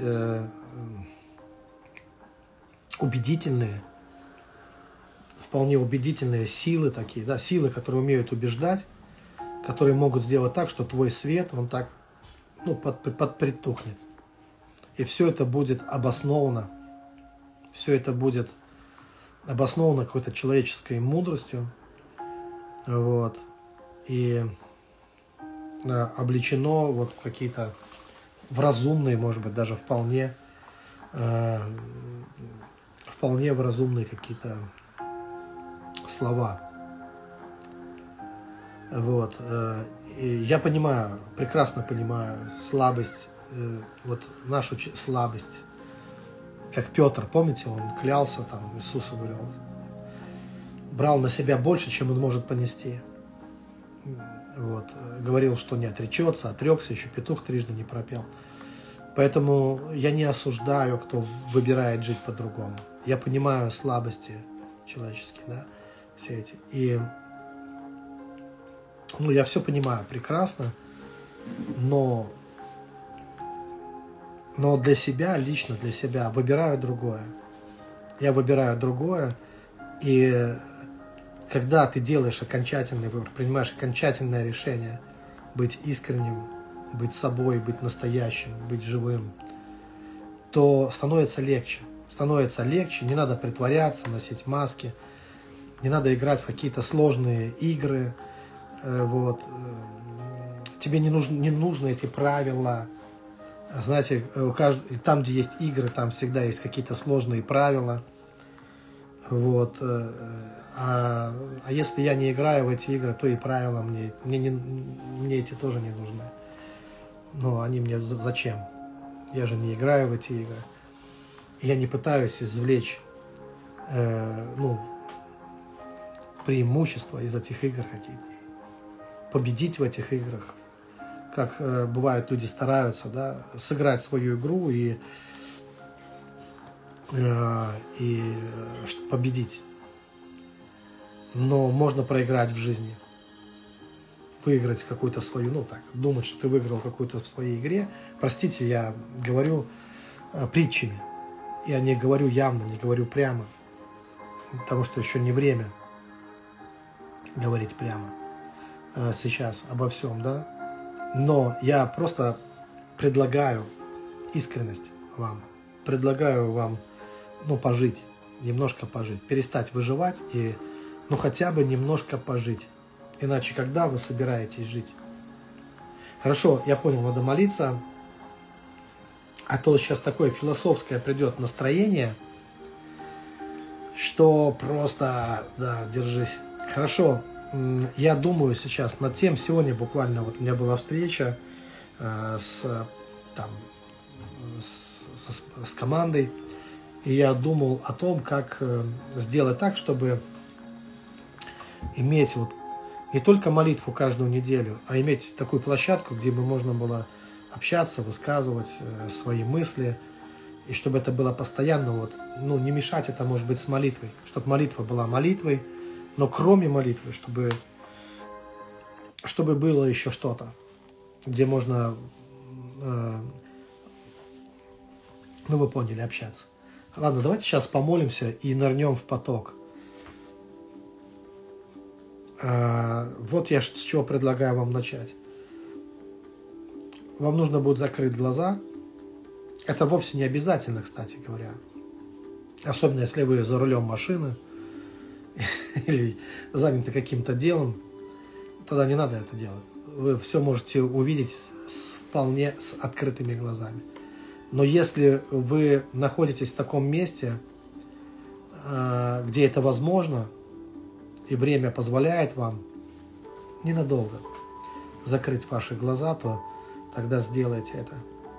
вполне убедительные силы такие, да, силы, которые умеют убеждать, которые могут сделать так, что твой свет, он так, подпритухнет. И все это будет обосновано. Все это будет обосновано какой-то человеческой мудростью. Вот. И облечено вот в какие-то, в разумные, может быть, даже вполне в разумные какие-то слова. Вот. И я понимаю, прекрасно понимаю слабость, вот нашу слабость. Как Петр, помните, он клялся там, Иисусу говорил, брал на себя больше, чем он может понести. Вот. Говорил, что не отречется, отрекся, еще петух трижды не пропел. Поэтому я не осуждаю, кто выбирает жить по-другому. Я понимаю слабости человеческие, да, все эти. И я все понимаю прекрасно, но для себя, лично для себя, выбираю другое. Я выбираю другое, и когда ты делаешь окончательный выбор, принимаешь окончательное решение быть искренним, быть собой, быть настоящим, быть живым, то становится легче. Становится легче, не надо притворяться, носить маски, не надо играть в какие-то сложные игры. Вот. Тебе не нужны эти правила. Знаете, там, где есть игры, там всегда есть какие-то сложные правила. Вот. А если я не играю в эти игры, то и правила мне эти тоже не нужны. Они мне зачем? Я же не играю в эти игры. Я не пытаюсь извлечь преимущества из этих игр какие-то. Победить в этих играх. Как бывает, люди стараются, да, сыграть свою игру и победить. Но можно проиграть в жизни. Выиграть какую-то свою, думать, что ты выиграл какую-то в своей игре. Простите, я говорю притчами. Я не говорю явно, не говорю прямо. Потому что еще не время говорить прямо сейчас обо всем, да. Но я просто предлагаю искренность вам. Предлагаю вам, пожить, немножко пожить. Перестать выживать и, хотя бы немножко пожить. Иначе когда вы собираетесь жить? Хорошо, я понял, надо молиться. А то сейчас такое философское придет настроение, что просто, да, держись. Хорошо. Я думаю сейчас над тем, сегодня буквально вот у меня была встреча с командой, и я думал о том, как сделать так, чтобы иметь не только молитву каждую неделю, а иметь такую площадку, где бы можно было общаться, высказывать свои мысли, и чтобы это было постоянно, не мешать это, может быть, с молитвой, чтобы молитва была молитвой, но кроме молитвы, чтобы было еще что-то, где можно, вы поняли, общаться. Ладно, давайте сейчас помолимся и нырнем в поток. Вот я с чего предлагаю вам начать. Вам нужно будет закрыть глаза. Это вовсе не обязательно, кстати говоря. Особенно, если вы за рулем машины. или заняты каким-то делом, тогда не надо это делать. Вы все можете увидеть вполне с открытыми глазами. Но если вы находитесь в таком месте, где это возможно, и время позволяет вам ненадолго закрыть ваши глаза, то тогда сделайте это.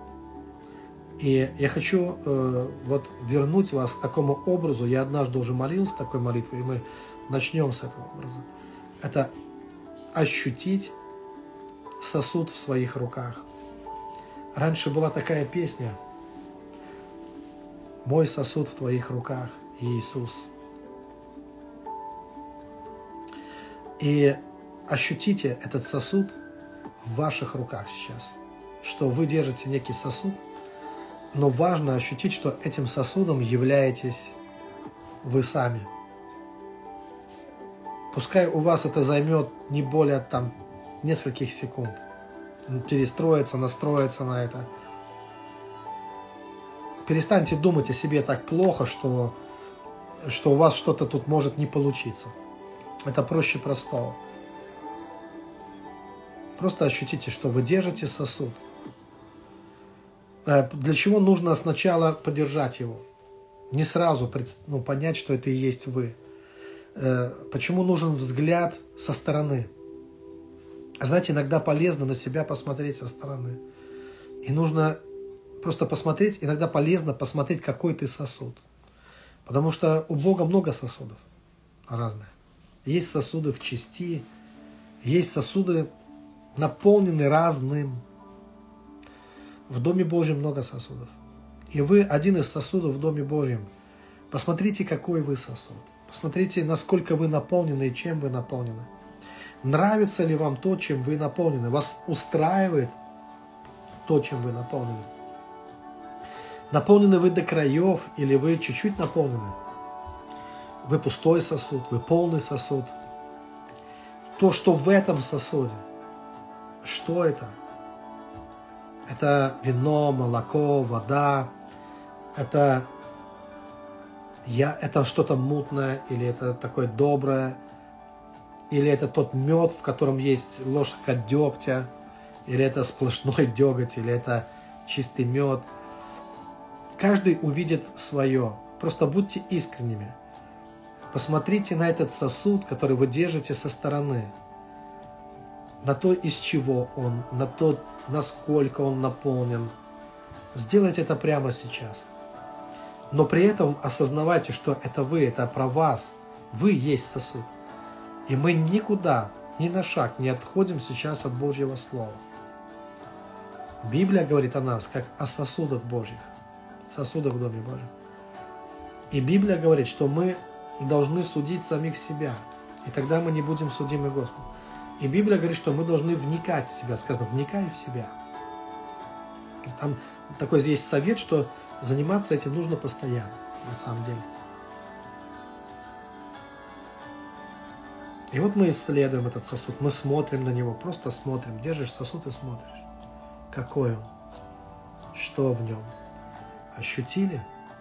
И я хочу вот вернуть вас к такому образу. Я однажды уже молился такой молитвой, и мы начнем с этого образа. Это ощутить сосуд в своих руках. Раньше была такая песня: «Мой сосуд в твоих руках, Иисус». И ощутите этот сосуд в ваших руках сейчас, что вы держите некий сосуд, но важно ощутить, что этим сосудом являетесь вы сами. Пускай у вас это займет не более нескольких секунд. Перестроиться, настроиться на это. Перестаньте думать о себе так плохо, что у вас что-то тут может не получиться. Это проще простого. Просто ощутите, что вы держите сосуд. Для чего нужно сначала подержать его? Не сразу понять, что это и есть вы. Почему нужен взгляд со стороны? Знаете, иногда полезно на себя посмотреть со стороны. И нужно просто посмотреть, иногда полезно посмотреть, какой ты сосуд. Потому что у Бога много сосудов разных. Есть сосуды в чести, есть сосуды, наполненные разным. В Доме Божьем много сосудов. И вы один из сосудов в Доме Божьем. Посмотрите, какой вы сосуд. Посмотрите, насколько вы наполнены и чем вы наполнены. Нравится ли вам то, чем вы наполнены? Вас устраивает то, чем вы наполнены? Наполнены вы до краев или вы чуть-чуть наполнены? Вы пустой сосуд, вы полный сосуд. То, что в этом сосуде, что это? Это вино, молоко, вода. Это что-то мутное, или это такое доброе, или это тот мед, в котором есть ложка дегтя, или это сплошной деготь, или это чистый мед. Каждый увидит свое. Просто будьте искренними. Посмотрите на этот сосуд, который вы держите со стороны. На то, из чего он, на то, насколько он наполнен. Сделайте это прямо сейчас. Но при этом осознавайте, что это вы, это про вас. Вы есть сосуд. И мы никуда, ни на шаг не отходим сейчас от Божьего Слова. Библия говорит о нас, как о сосудах Божьих. Сосудах в Доме Божьем. И Библия говорит, что мы должны судить самих себя. И тогда мы не будем судимы Господом. И Библия говорит, что мы должны вникать в себя. Сказано, вникай в себя. Там такой есть совет, что заниматься этим нужно постоянно, на самом деле. И вот мы исследуем этот сосуд, мы смотрим на него, просто смотрим. Держишь сосуд и смотришь. Какой он? Что в нем? Ощутили?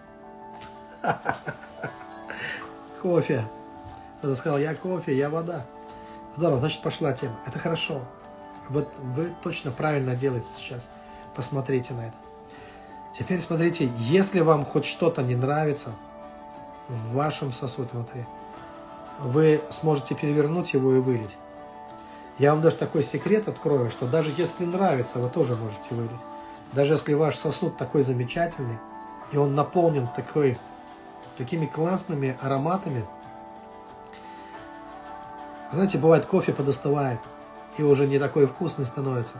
Кофе. Кто-то сказал, я кофе, я вода. Здорово, значит, пошла тема. Это хорошо. Вот вы точно правильно делаете сейчас. Посмотрите на это. Теперь смотрите, если вам хоть что-то не нравится в вашем сосуде внутри, вы сможете перевернуть его и вылить. Я вам даже такой секрет открою, что даже если нравится, вы тоже можете вылить. Даже если ваш сосуд такой замечательный, и он наполнен такими классными ароматами. Знаете, бывает, кофе подостывает, и уже не такой вкусный становится.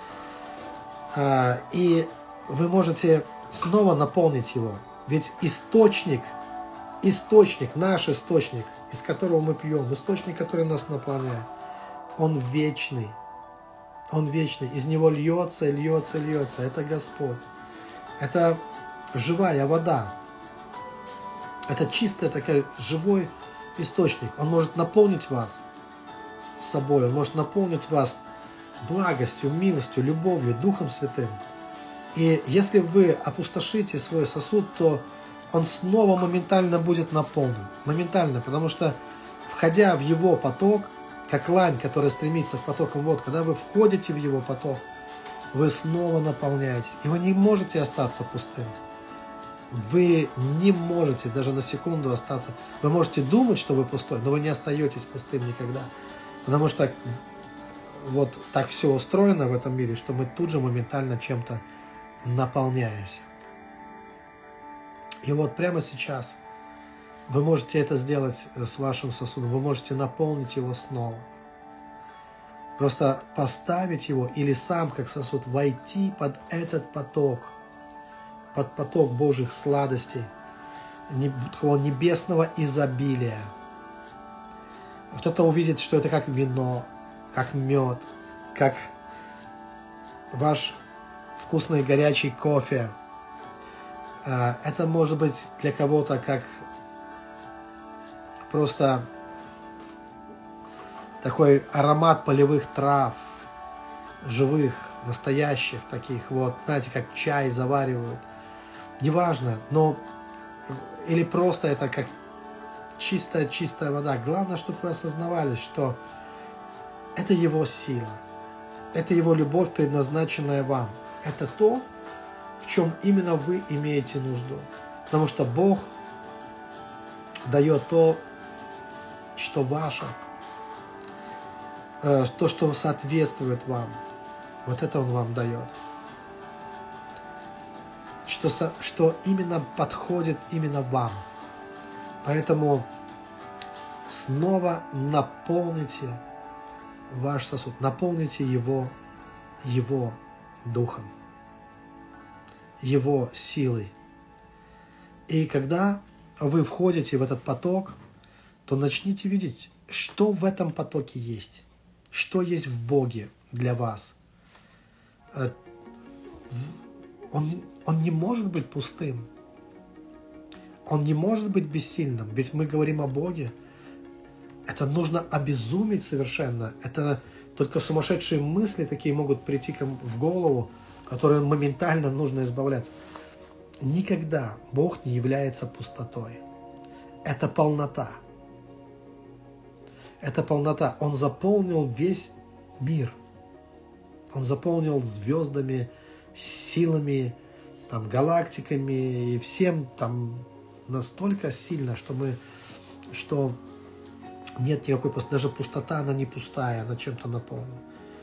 И вы можете снова наполнить его. Ведь источник, наш источник, из которого мы пьем, источник, который нас наполняет, он вечный. Он вечный. Из него льется, льется, льется. Это Господь. Это живая вода. Это чистый такой живой источник. Он может наполнить вас собой. Он может наполнить вас благостью, милостью, любовью, Духом Святым. И если вы опустошите свой сосуд, то он снова моментально будет наполнен. Моментально, потому что входя в его поток, как лань, которая стремится к потокам вод, когда вы входите в его поток, вы снова наполняетесь. И вы не можете остаться пустым. Вы не можете даже на секунду остаться. Вы можете думать, что вы пустой, но вы не остаетесь пустым никогда. Потому что вот так все устроено в этом мире, что мы тут же моментально чем-то наполняемся. И вот прямо сейчас вы можете это сделать с вашим сосудом. Вы можете наполнить его снова. Просто поставить его или сам, как сосуд, войти под этот поток, под поток Божьих сладостей, такого небесного изобилия. Кто-то увидит, что это как вино, как мед, как ваш вкусный горячий кофе. Это может быть для кого-то как просто такой аромат полевых трав, живых, настоящих таких, вот, знаете, как чай заваривают. Неважно, но или просто это как чистая вода. Главное, чтобы вы осознавали, что это Его сила, это Его любовь, предназначенная вам. Это то, в чем именно вы имеете нужду. Потому что Бог дает то, что ваше, то, что соответствует вам. Вот это Он вам дает. Что именно подходит именно вам. Поэтому снова наполните ваш сосуд, наполните его духом, его силой. И когда вы входите в этот поток, то начните видеть, что в этом потоке есть, что есть в Боге для вас. Он не может быть пустым. Он не может быть бессильным. Ведь мы говорим о Боге. Это нужно обезуметь совершенно. Это только сумасшедшие мысли такие могут прийти в голову, которые моментально нужно избавляться. Никогда Бог не является пустотой. Это полнота. Это полнота. Он заполнил весь мир. Он заполнил звездами, силами, там, галактиками и всем там настолько сильно, что нет никакой пустоты. Даже пустота, она не пустая, она чем-то наполнена.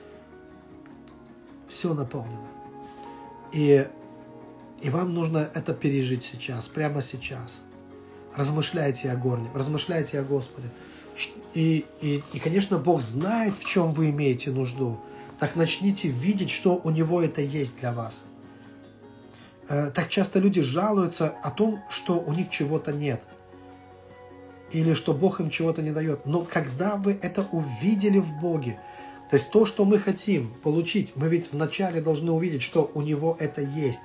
Все наполнено. И вам нужно это пережить сейчас, прямо сейчас. Размышляйте о горнем, размышляйте о Господе. И, конечно, Бог знает, в чем вы имеете нужду. Так начните видеть, что у Него это есть для вас. Так часто люди жалуются о том, что у них чего-то нет. Или что Бог им чего-то не дает. Но когда вы это увидели в Боге, то есть то, что мы хотим получить, мы ведь вначале должны увидеть, что у Него это есть.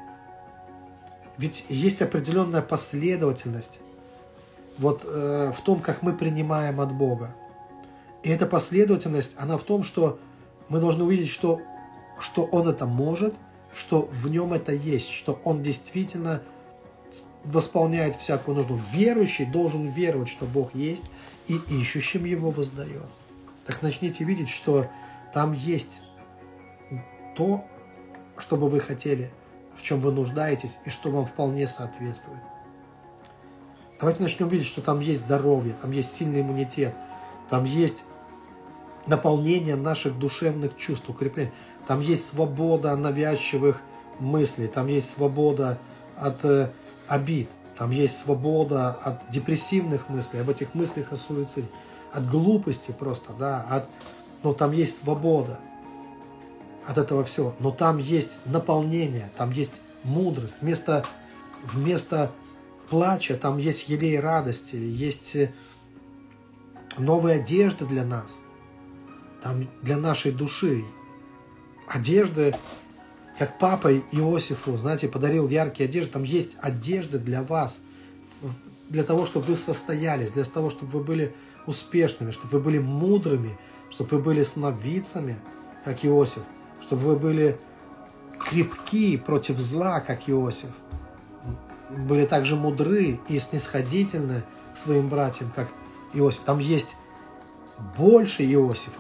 Ведь есть определенная последовательность вот в том, как мы принимаем от Бога. И эта последовательность, она в том, что мы должны увидеть, что Он это может, что в Нем это есть, что Он действительно восполняет всякую нужду. Верующий должен веровать, что Бог есть, и ищущим Его воздает. Так начните видеть, что там есть то, что бы вы хотели, в чем вы нуждаетесь, и что вам вполне соответствует. Давайте начнем видеть, что там есть здоровье, там есть сильный иммунитет, там есть наполнение наших душевных чувств, укрепление. Там есть свобода от навязчивых мыслей, там есть свобода от обид, там есть свобода от депрессивных мыслей, об этих мыслях о суициде, от глупости просто, да, там есть свобода от этого всего, но там есть наполнение, там есть мудрость, вместо плача там есть елей радости, есть новые одежды для нас, там для нашей души. Одежды, как папа Иосифу, знаете, подарил яркие одежды, там есть одежды для вас, для того, чтобы вы состоялись, для того, чтобы вы были успешными, чтобы вы были мудрыми, чтобы вы были сновидцами, как Иосиф, чтобы вы были крепки против зла, как Иосиф, были также мудры и снисходительны к своим братьям, Иосиф. Там есть больше Иосифа.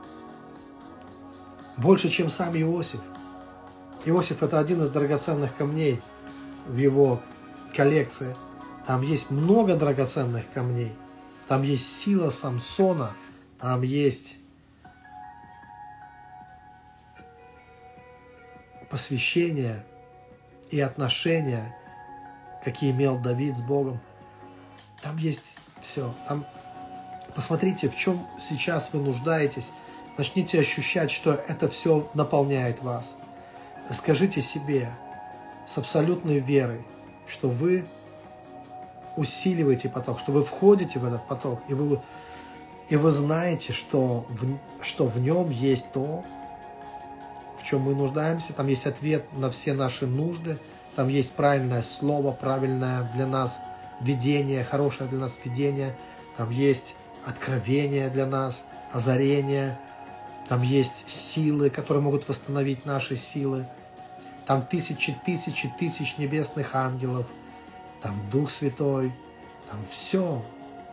Больше, чем сам Иосиф. Иосиф – это один из драгоценных камней в его коллекции. Там есть много драгоценных камней. Там есть сила Самсона. Там есть посвящение и отношения, какие имел Давид с Богом. Там есть все. Там посмотрите, в чем сейчас вы нуждаетесь. Начните ощущать, что это все наполняет вас. Скажите себе с абсолютной верой, что вы усиливаете поток, что вы входите в этот поток, и вы знаете, что в нем есть то, в чем мы нуждаемся. Там есть ответ на все наши нужды, там есть правильное слово, правильное для нас видение, хорошее для нас видение, там есть откровение для нас, озарение, там есть силы, которые могут восстановить наши силы, там тысячи небесных ангелов, там Дух Святой, там все.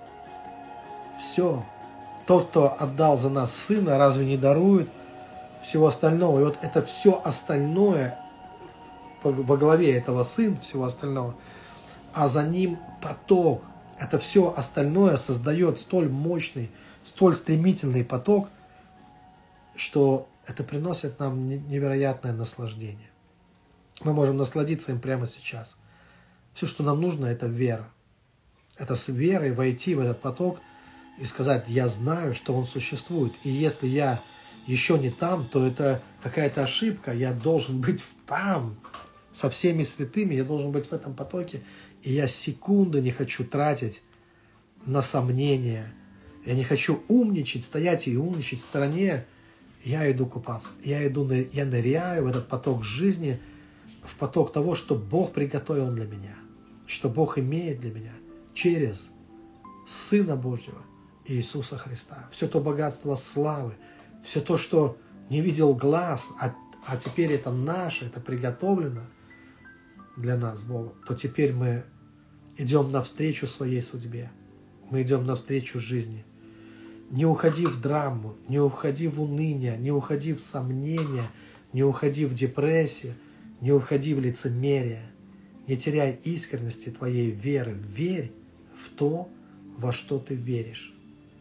Тот, кто отдал за нас Сына, разве не дарует всего остального? И вот это все остальное, во главе этого Сын, всего остального, а за ним поток. Это все остальное создает столь мощный, столь стремительный поток, что это приносит нам невероятное наслаждение. Мы можем насладиться им прямо сейчас. Все, что нам нужно, это вера. Это с верой войти в этот поток и сказать: я знаю, что он существует. И если я еще не там, то это какая-то ошибка. Я должен быть там, со всеми святыми. Я должен быть в этом потоке. И я секунды не хочу тратить на сомнения. Я не хочу умничать, стоять и умничать в стороне. Я иду купаться. Я ныряю в этот поток жизни, в поток того, что Бог приготовил для меня, что Бог имеет для меня через Сына Божьего Иисуса Христа. Все то богатство славы, все то, что не видел глаз, а теперь это наше, это приготовлено для нас Богом, то теперь мы идем навстречу своей судьбе, мы идем навстречу жизни. Не уходи в драму, не уходи в уныние, не уходи в сомнения, не уходи в депрессию, не уходи в лицемерие, не теряй искренности твоей веры. Верь в то, во что ты веришь.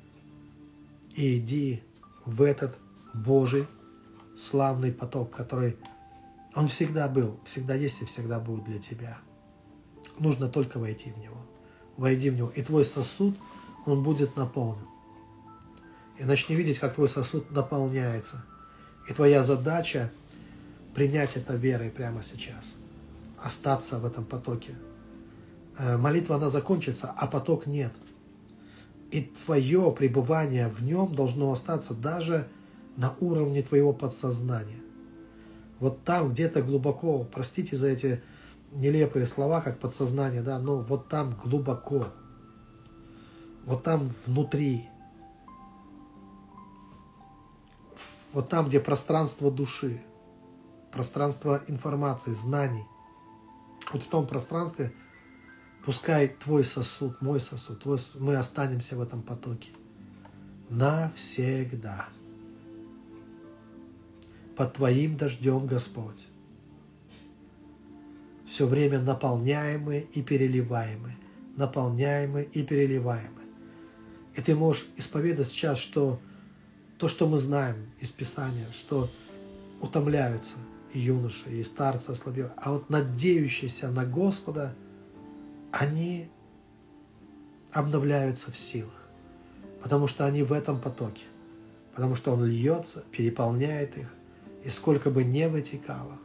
И иди в этот Божий славный поток, который он всегда был, всегда есть и всегда будет для тебя. Нужно только войти в него. Войди в него, и твой сосуд, он будет наполнен. И начни видеть, как твой сосуд наполняется. И твоя задача принять это верой прямо сейчас. Остаться в этом потоке. Молитва, она закончится, а поток нет. И твое пребывание в нем должно остаться даже на уровне твоего подсознания. Вот там где-то глубоко, простите за эти нелепые слова, как подсознание, да, но вот там глубоко, вот там внутри, вот там, где пространство души, пространство информации, знаний, вот в том пространстве пускай твой сосуд, мой сосуд, мы останемся в этом потоке навсегда. Под Твоим дождем, Господь. Все время наполняемые и переливаемые, наполняемые и переливаемые. И ты можешь исповедать сейчас, что то, что мы знаем из Писания, что утомляются и юноши, и старцы ослабевают, а вот надеющиеся на Господа, они обновляются в силах, потому что они в этом потоке, потому что он льется, переполняет их, и сколько бы ни вытекало,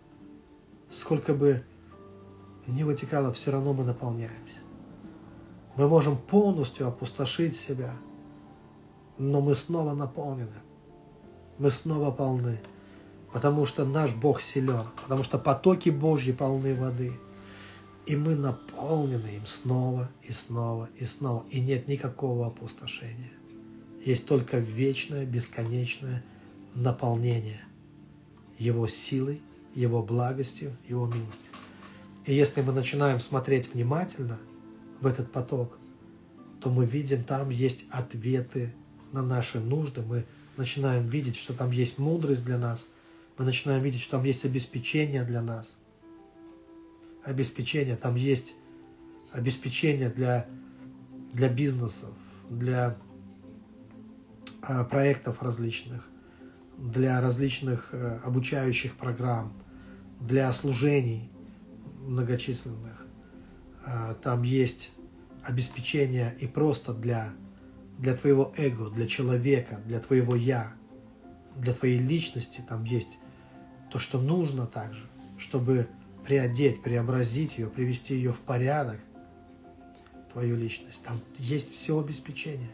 все равно мы наполняемся. Мы можем полностью опустошить себя, но мы снова наполнены, мы снова полны, потому что наш Бог силен, потому что потоки Божьи полны воды. И мы наполнены им снова и снова и снова. И нет никакого опустошения. Есть только вечное, бесконечное наполнение Его силой, Его благостью, Его милостью. И если мы начинаем смотреть внимательно в этот поток, то мы видим, там есть ответы на наши нужды. Мы начинаем видеть, что там есть мудрость для нас. Мы начинаем видеть, что там есть обеспечение для нас. Обеспечение, там есть обеспечение для бизнесов, для проектов различных, для различных обучающих программ, для служений многочисленных. Там есть обеспечение и просто для твоего эго, для человека, для твоего «я», для твоей личности. Там есть то, что нужно также, чтобы приодеть, преобразить ее, привести ее в порядок, твою личность. Там есть все обеспечение.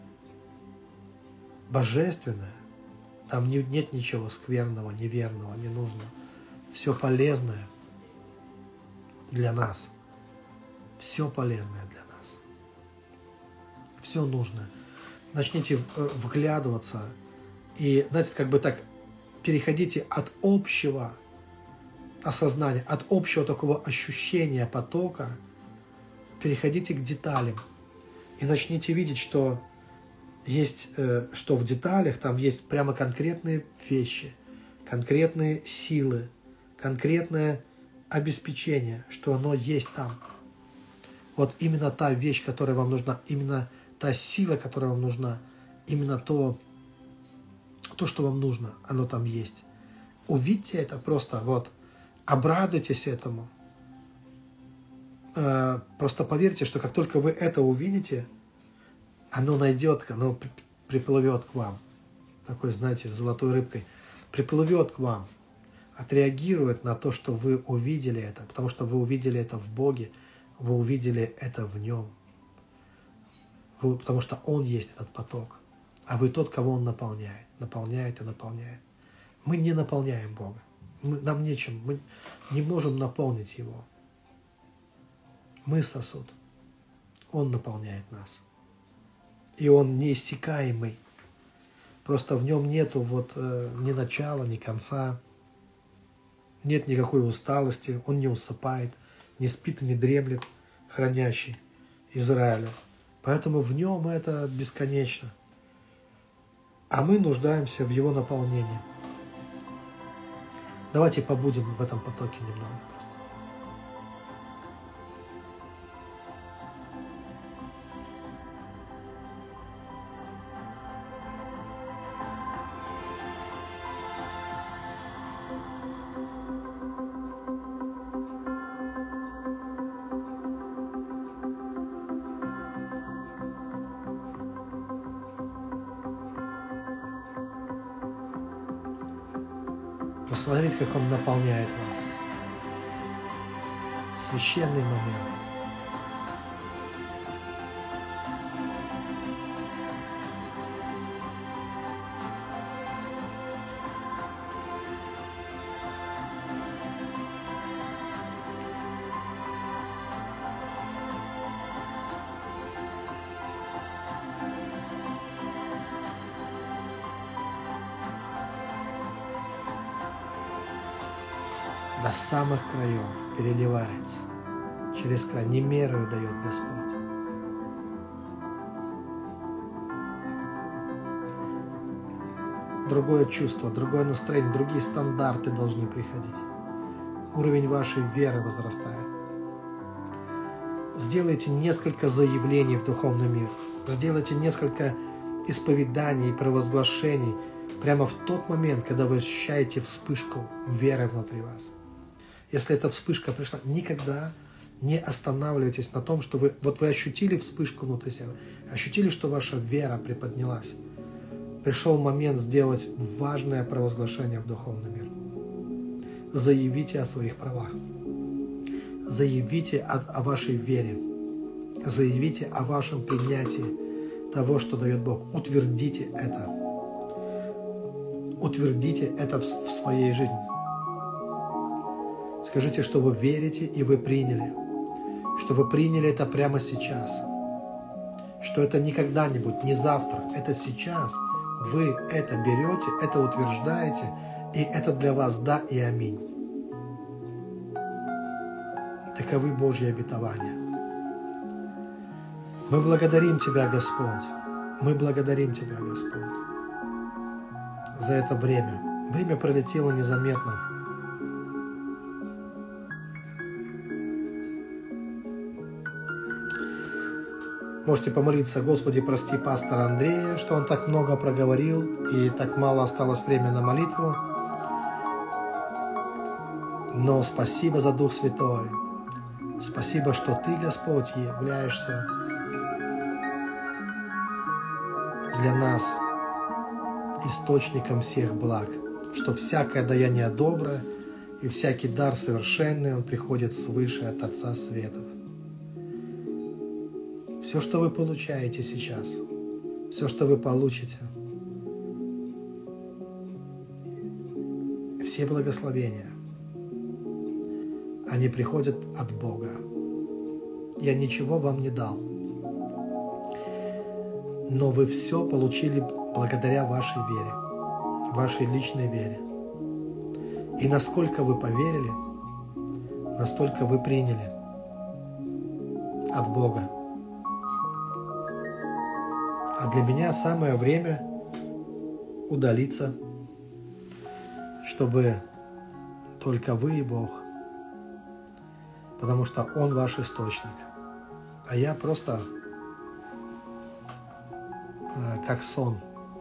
Божественное. Там нет ничего скверного, неверного, ненужного. Все полезное для нас. Все полезное для нас. Все нужное. Начните вглядываться и, знаете, как бы так, переходите от общего осознания, от общего такого ощущения потока, переходите к деталям и начните видеть, что есть, что в деталях там есть прямо конкретные вещи, конкретные силы, конкретное обеспечение, что оно есть там. Вот именно та вещь, которая вам нужна, именно та сила, которая вам нужна, именно то, что вам нужно, оно там есть. Увидьте это просто, вот, обрадуйтесь этому. Просто поверьте, что как только вы это увидите, оно найдет, оно приплывет к вам. Такой, знаете, золотой рыбкой. Приплывет к вам, отреагирует на то, что вы увидели это, потому что вы увидели это в Боге, вы увидели это в Нем. Потому что Он есть этот поток, а вы тот, кого Он наполняет. Наполняет и наполняет. Мы не наполняем Бога. Нам нечем. Мы не можем наполнить Его. Мы сосуд. Он наполняет нас. И Он неиссякаемый. Просто в Нем нету ни начала, ни конца. Нет никакой усталости. Он не усыпает, не спит и не дремлет, хранящий Израиля. Поэтому в Нем это бесконечно. А мы нуждаемся в Его наполнении. Давайте побудем в этом потоке немного просто. Посмотрите, как Он наполняет вас. Священный момент. До самых краев переливается. Через край не мерою дает Господь. Другое чувство, другое настроение, другие стандарты должны приходить. Уровень вашей веры возрастает. Сделайте несколько заявлений в духовный мир. Сделайте несколько исповеданий и провозглашений прямо в тот момент, когда вы ощущаете вспышку веры внутри вас. Если эта вспышка пришла, никогда не останавливайтесь на том, что вы ощутили вспышку внутри себя, ощутили, что ваша вера приподнялась. Пришел момент сделать важное провозглашение в духовный мир. Заявите о своих правах. Заявите о вашей вере. Заявите о вашем принятии того, что дает Бог. Утвердите это. Утвердите это в своей жизни. Скажите, что вы верите и вы приняли. Что вы приняли это прямо сейчас. Что это не когда-нибудь, не завтра. Это сейчас. Вы это берете, это утверждаете. И это для вас да и аминь. Таковы Божьи обетования. Мы благодарим Тебя, Господь. Мы благодарим Тебя, Господь, за это время. Время пролетело незаметно. Можете помолиться: Господи, прости пастора Андрея, что он так много проговорил и так мало осталось времени на молитву. Но спасибо за Дух Святой. Спасибо, что Ты, Господь, являешься для нас источником всех благ, что всякое даяние доброе и всякий дар совершенный, он приходит свыше от Отца Светов. Все, что вы получаете сейчас, все, что вы получите, все благословения, они приходят от Бога. Я ничего вам не дал, но вы все получили благодаря вашей вере, вашей личной вере. И насколько вы поверили, настолько вы приняли от Бога. А для меня самое время удалиться, чтобы только вы и Бог, потому что Он ваш источник, а я просто как сон.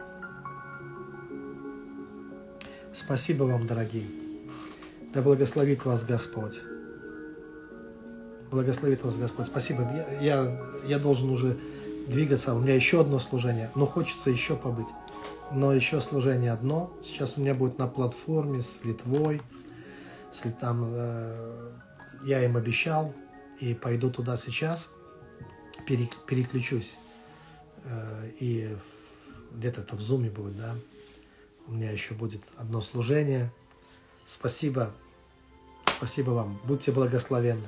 Спасибо вам, дорогие. Да благословит вас Господь. Благословит вас Господь. Спасибо. Я должен уже двигаться. У меня еще одно служение, но хочется еще побыть. Но еще служение одно. Сейчас у меня будет на платформе с Литвой. Там, я им обещал, и пойду туда сейчас. Переключусь. И где-то это в Зуме будет, да. У меня еще будет одно служение. Спасибо. Спасибо вам. Будьте благословенны.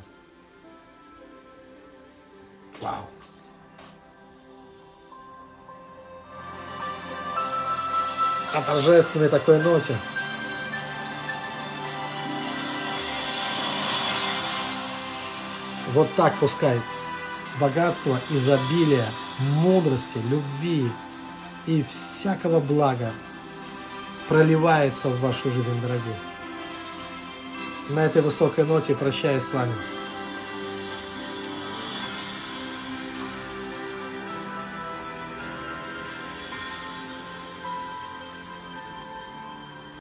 Вау. На торжественной такой ноте. Вот так пускай богатство, изобилие, мудрости, любви и всякого блага проливается в вашу жизнь, дорогие. На этой высокой ноте прощаюсь с вами.